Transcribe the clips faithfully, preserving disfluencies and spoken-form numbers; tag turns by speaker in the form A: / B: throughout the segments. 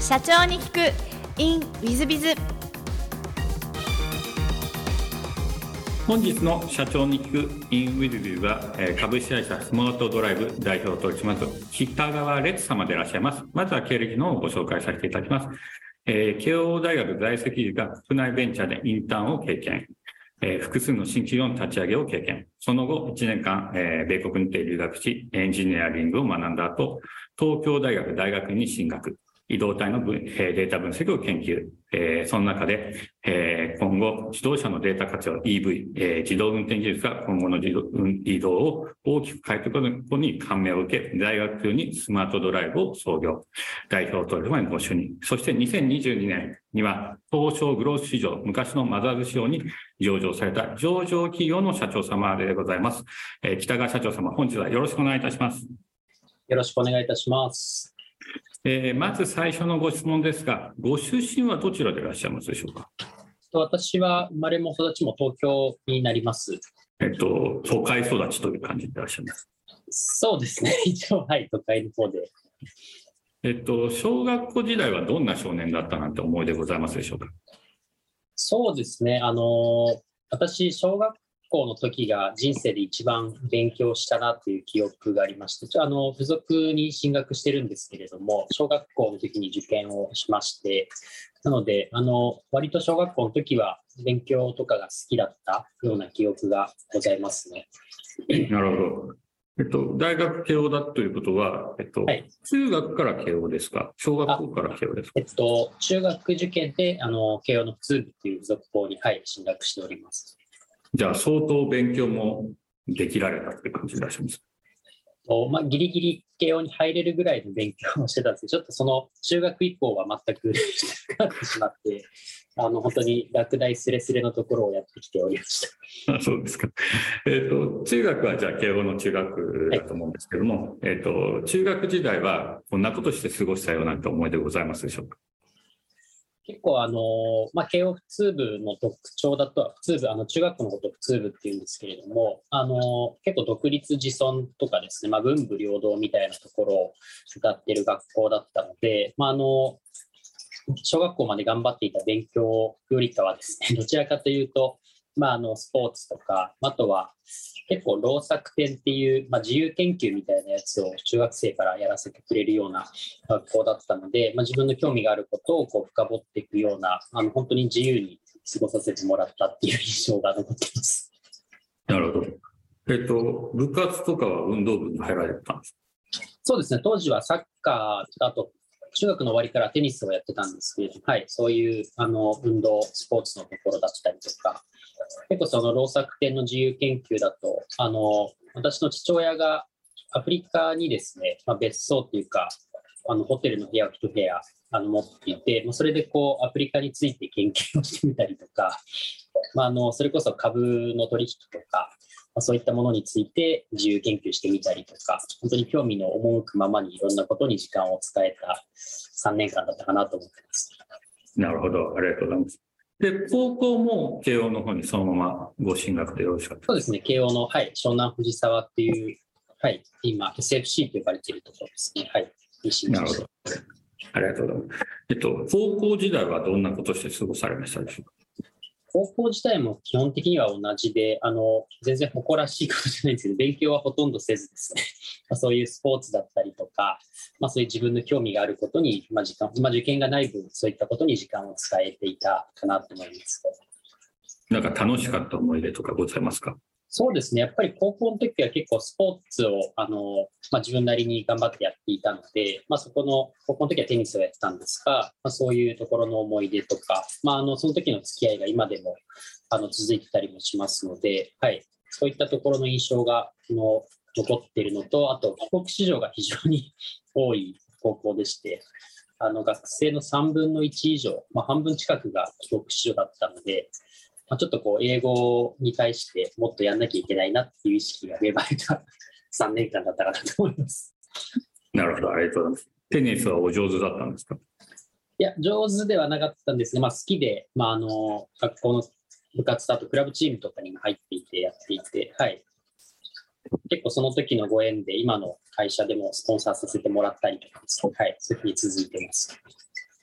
A: 社長に聞く in ウィズビズ。
B: 本日の社長に聞く in ウィズビズは株式会社スマートドライブ代表取締役北川烈様でいらっしゃいます。まずは経歴のご紹介させていただきます。えー、慶応大学在籍時が国内ベンチャーでインターンを経験、えー、複数の新企業の立ち上げを経験、その後いちねんかん、えー、米国にて留学しエンジニアリングを学んだ後、東京大学大学院に進学、移動体の分、えー、データ分析を研究、えー、その中で、えー、今後自動車のデータ活用 イーブイ、えー、自動運転技術が今後の自動移動を大きく変えていくことに感銘を受け、大学中にスマートドライブを創業、代表取締役にご就任、そしてにせんにじゅうにねんには東証グロース市場、昔のマザーズ市場に上場された上場企業の社長様でございます。えー、北川社長様、本日はよろしくお願いいたします。
C: よろしくお願いいたします。
B: えー、まず最初のご質問ですが、ご出身はどちらでいらっしゃいますでしょうか。
C: 私は生まれも育ちも東京になります。
B: えっと、都会育ちという感じでいらっしゃいます。
C: そうですね、一応、はい、都会の方で。
B: えっと、小学校時代はどんな少年だったなんて思い出ございますでしょうか。
C: そうですね、あの、私、小学校の時が人生で一番勉強したなという記憶がありまして、あの付属に進学してるんですけれども、小学校の時に受験をしまして、なのであの割と小学校の時は勉強とかが好きだったような記憶がございますね。
B: なるほど。えっと、大学慶応だということは、えっとはい、中学から慶応ですか、小学校から慶応ですか。
C: えっと、中学受験であの慶応の普通部という付属校に、はい、進学しております。
B: じゃあ相当勉強もできられたという感じでいらっしゃいます。
C: とまあ、ギリギリ慶応に入れるぐらいの勉強をしてたんですけど、ちょっとその中学以降は全くしなくなってしまって、あの本当に落第スレスレのところをやってきておりました。
B: あ、そうですか。えーと、中学はじゃあ慶応の中学だと思うんですけども、はい、えーと、中学時代はこんなことして過ごしたようなんて思いでございますでしょうか。
C: 結構あの、まあ、慶応普通部の特徴だと、普通部、あの中学校のことを普通部っていうんですけれども、あの結構独立自尊とかですね、まあ、文武両道みたいなところを歌っている学校だったので、まあ、あの小学校まで頑張っていた勉強よりかはですね、どちらかというと、まあ、あのスポーツとか、あとは結構労作展っていう、まあ、自由研究みたいなやつを中学生からやらせてくれるような学校だったので、まあ、自分の興味があることをこう深掘っていくような、あの本当に自由に過ごさせてもらったっていう印象が残っています。
B: なるほど。えっと、部活とかは運動部に入られたんですか。
C: そうですね、当時はサッカー、あと中学の終わりからテニスをやってたんですけれども、はい、そういうあの運動、スポーツのところだったりとか、結構その労作展の自由研究だと、あの私の父親がアフリカにですね、まあ、別荘っていうか、あのホテルの部屋を一部屋あの持っていて、まあ、それでこうアフリカについて研究をしてみたりとか、まあ、あのそれこそ株の取引とか、まあ、そういったものについて自由研究してみたりとか、本当に興味の赴くままにいろんなことに時間を使えたさんねんかんだったかなと思ってます。
B: なるほど、ありがとうございます。で、高校も慶応の方にそのままご進学でよろしかったですか。
C: そうですね、慶応の、はい、湘南藤沢っていう、はい、今 エスエフシー と呼ばれているところですね。はい、
B: なるほど、ありがとうございます。えっと、高校時代はどんなことして過ごされましたでしょうか。
C: 高校時代も基本的には同じで、あの全然誇らしいことじゃないんですけど、勉強はほとんどせずですね、まあ、そういうスポーツだったりとか、まあ、そういう自分の興味があることに、まあ時間まあ、受験がない分、そういったことに時間を使えていたかなと思います。
B: なんか楽しかった思い出とかございますか。
C: そうですね、やっぱり高校の時は結構スポーツをあの、まあ、自分なりに頑張ってやっていたので、まあ、そこの高校の時はテニスをやってたんですが、まあ、そういうところの思い出とか、まあ、あのその時の付き合いが今でもあの続いてたりもしますので、はい、そういったところの印象があの残っているのと、あと帰国子女が非常に多い高校でして、あの学生のさんぶんのいち以上、まあ、半分近くが帰国子女だったので、まあ、ちょっとこう英語に対してもっとやんなきゃいけないなっていう意識が芽生えたさんねんかんだったかなと思います。
B: なるほど、ありがとうございます。テニスはお上手だったんですか。
C: いや、上手ではなかったんですが、まあ、好きで、まあ、あの学校の部活だとクラブチームとかにも入っていてやっていて、はい、結構その時のご縁で今の会社でもスポンサーさせてもらったりとかですね、はい、そういうふうに続いています。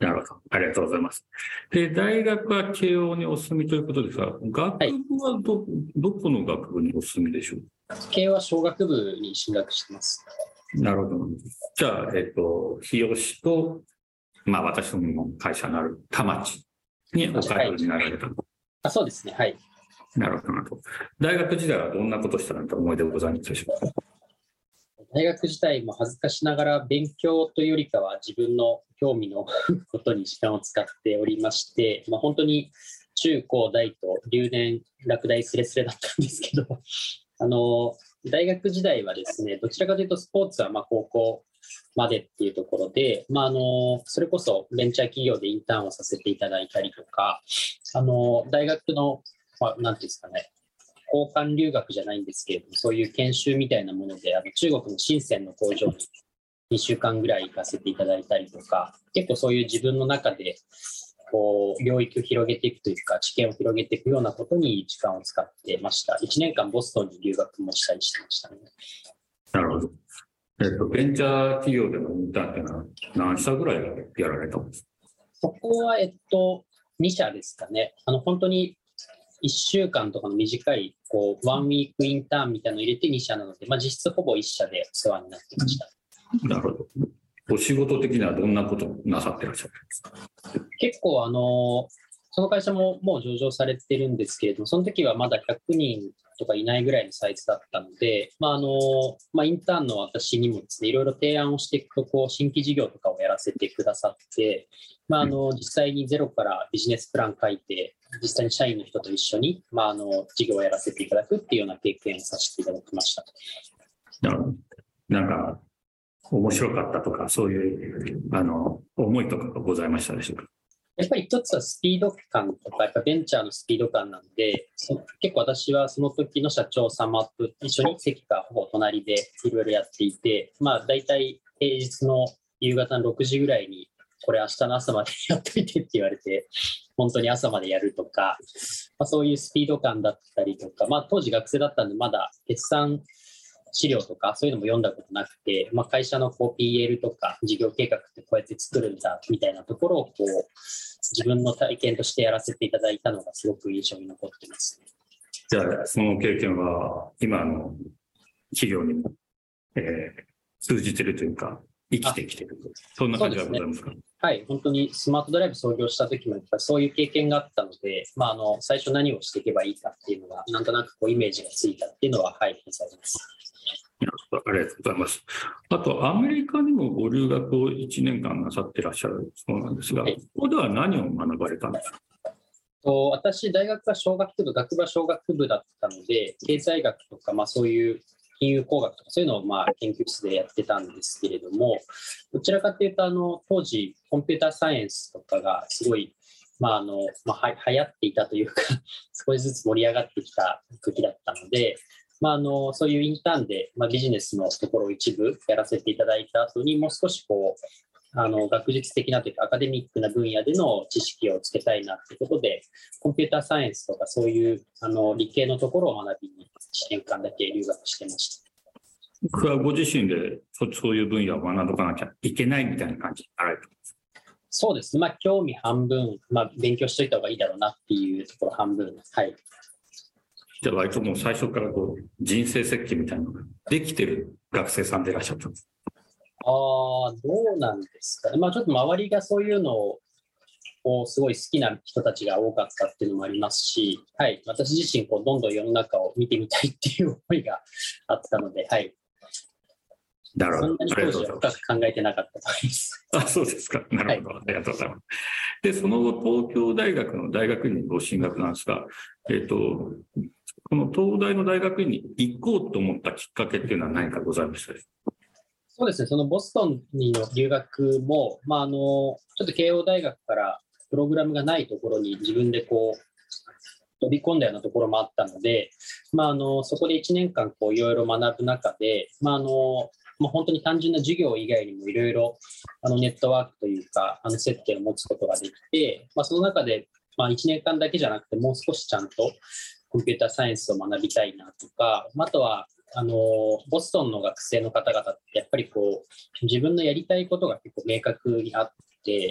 B: なるほど。ありがとうございます。で、大学は慶応にお住みということですが、学部はど、はい、どこの学部にお住みでしょう？
C: 慶応は商学部に進学してます。
B: なるほど。じゃあ、えっと、日吉と、まあ、私の会社のある田町にお通いになられた、はい、
C: あ、そうですね。はい。
B: なるほどなるほど。大学時代はどんなことしたのか思い出ございますでしょうか？
C: 大学時代も恥ずかしながら勉強というよりかは自分の興味のことに時間を使っておりまして、まあ、本当に中高大と留年落第スレスレだったんですけどあの大学時代はですね、どちらかというとスポーツはまあ高校までっていうところで、まあ、あのそれこそベンチャー企業でインターンをさせていただいたりとか、あの大学の、まあ、なんていうんですかね、交換留学じゃないんですけれども、そういう研修みたいなもので、あの中国の深センの工場ににしゅうかんぐらい行かせていただいたりとか、結構そういう自分の中でこう領域を広げていくというか、知見を広げていくようなことに時間を使ってました。いちねんかんボストンに留学もしたりしてましたね。
B: なるほど。えっと、ベンチャー企業でのインターンっていうのは何社ぐらいやられたんですか？
C: そこは、えっと、に社ですかね。あの本当にいっしゅうかんとかの短いこうワンウィークインターンみたいなのを入れてに社なので、まあ、実質ほぼいっ社でお世話になってました。
B: なるほど。お仕事的にはどんなことをなさってらっしゃるんですか？
C: 結構あのその会社ももう上場されてるんですけれども、その時はまだひゃくにんとかいないぐらいのサイズだったので、まああのまあ、インターンの私にもですね、いろいろ提案をしていくとこう新規事業とかをやらせてくださって、まあ、あの実際にゼロからビジネスプラン書いて、実際に社員の人と一緒に、まあ、あの事業をやらせていただくっていうような経験をさせていただきました。
B: なるほど。なんか面白かったとか、そういうあの思いとかがございましたでしょうか？
C: やっぱり一つはスピード感とか、やっぱベンチャーのスピード感なんで、結構私はその時の社長様と一緒に席がほぼ隣でいろいろやっていて、まあ大体平日の夕方のろくじぐらいに、これ明日の朝までやっといてって言われて、本当に朝までやるとか、まあ、そういうスピード感だったりとか、まあ当時学生だったんでまだ決算資料とかそういうのも読んだことなくて、まあ、会社のこう ピーエル とか事業計画ってこうやって作るんだみたいなところをこう自分の体験としてやらせていただいたのがすごく印象に残ってますね。
B: じゃあその経験は今の企業にも、えー、通じてるというか生きてきてると、そんな感じはございますか？
C: はい、本当にスマートドライブ創業した時もやっぱりそういう経験があったので、まあ、あの最初何をしていけばいいかっていうのがなんとなくこうイメージがついたっていうのは、はい、ございます。
B: ありがとうございます。あと、アメリカにもご留学をいちねんかんなさってらっしゃるそうなんですが、はい、ここでは何を学ばれたんですか？
C: と私、大学は商学部、学部は商学部だったので、経済学とか、まあ、そういう金融工学とかそういうのをまあ研究室でやってたんですけれども、どちらかというとあの当時コンピューターサイエンスとかがすごい、まああのまあ、は流行っていたというか少しずつ盛り上がってきた時だったので、まあ、あのそういうインターンで、まあ、ビジネスのところを一部やらせていただいた後にもう少しこうあの学術的なというかアカデミックな分野での知識をつけたいなということで、コンピューターサイエンスとかそういうあの理系のところを学びにいちねんかんだけ留学してました。
B: 僕はご自身でそそういう分野を学んどかなきゃいけないみたいな感じになられてます？
C: そうですね、まあ、興味半分、まあ、勉強しといた方がいいだろうなっていうところ半分、はい。
B: じゃあ割ともう最初からこう人生設計みたいなのができてる学生さんでいらっしゃったんです？
C: ああ、どうなんですかね。まあちょっと周りがそういうのをすごい好きな人たちが多かったっていうのもありますし、はい、私自身こうどんどん世の中を見てみたいっていう思いがあったので、はい。
B: なるほど。
C: そんなに当時は深く考えてなかったと思います。
B: あ、そうですか。なるほど、はい。ありがとうございます。で、その後、東京大学の大学院にご進学なんですが、えっと、この東大の大学院に行こうと思ったきっかけっていうのは何かございましたですか？
C: そうですね、そのボストンにの留学も、まあ、あのちょっと慶応大学からプログラムがないところに自分でこう飛び込んだようなところもあったので、まあ、あのそこでいちねんかんこういろいろ学ぶ中で、まああのまあ、本当に単純な授業以外にもいろいろネットワークというかあの接点を持つことができて、まあ、その中で、まあ、いちねんかんだけじゃなくてもう少しちゃんとコンピューターサイエンスを学びたいなとか、あとはあのボストンの学生の方々ってやっぱりこう自分のやりたいことが結構明確にあって、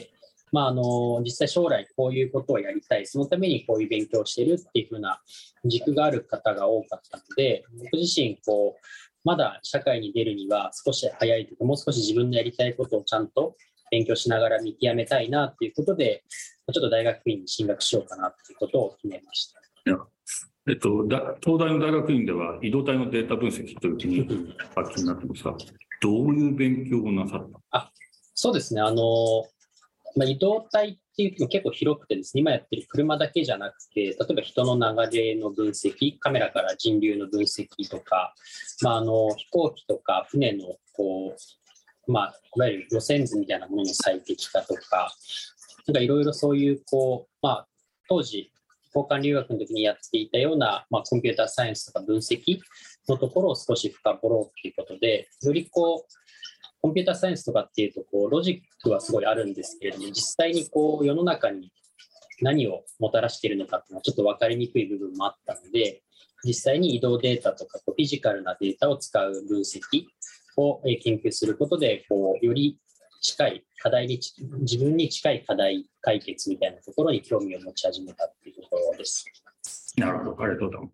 C: まあ、あの実際将来こういうことをやりたい、そのためにこういう勉強をしているっていう風な軸がある方が多かったので、僕自身こうまだ社会に出るには少し早いというか、もう少し自分のやりたいことをちゃんと勉強しながら見極めたいなっていうことで、ちょっと大学院に進学しようかなっていうことを決めました。
B: いや、えっと、だ東大の大学院では移動体のデータ分析というふうに発揮になってますが、どういう勉強をなさった？
C: あ、そうですね。あのまあ、移動体っていうの結構広くてですね、今やってる車だけじゃなくて、例えば人の流れの分析、カメラから人流の分析とか、まあ、あの飛行機とか船のこう、まあ、いわゆる路線図みたいなものの最適化とか、なんかいろいろそういうこう、まあ、当時交換留学の時にやっていたような、まあ、コンピューターサイエンスとか分析のところを少し深掘ろうということで、よりこうコンピューターサイエンスとかっていうとこうロジックはすごいあるんですけれども、実際にこう世の中に何をもたらしているのかっていうのはちょっと分かりにくい部分もあったので、実際に移動データとかこうフィジカルなデータを使う分析を研究することで、こうより近い課題に、自分に近い課題解決みたいなところに興味を持ち始めたっていうところです。
B: なるほど、ありがとうございます。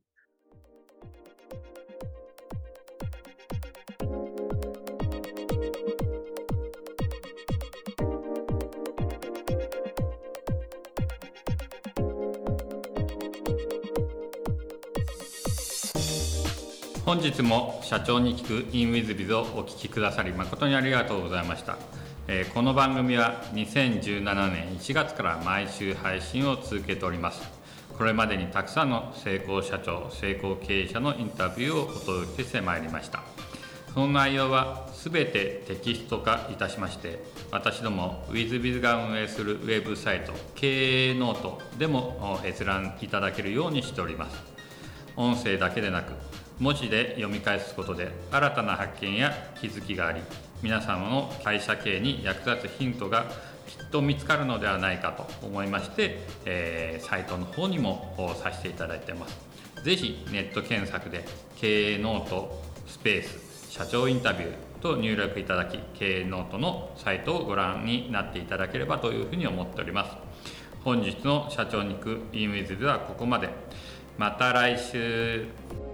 B: 本日も社長に聞く InWithBiz をお聞きくださり誠にありがとうございました。えー、この番組はにせんじゅうななねんいちがつから毎週配信を続けております。これまでにたくさんの成功社長、成功経営者のインタビューをお届けしてまいりました。その内容はすべてテキスト化いたしまして、私ども WithBiz が運営するウェブサイト経営ノートでも閲覧いただけるようにしております。音声だけでなく文字で読み返すことで新たな発見や気づきがあり、皆様の会社経営に役立つヒントがきっと見つかるのではないかと思いまして、えー、サイトの方にもさせていただいています。ぜひネット検索で経営ノートスペース社長インタビューと入力いただき、経営ノートのサイトをご覧になっていただければというふうに思っております。本日の社長に行く InWithBiz はここまで。また来週。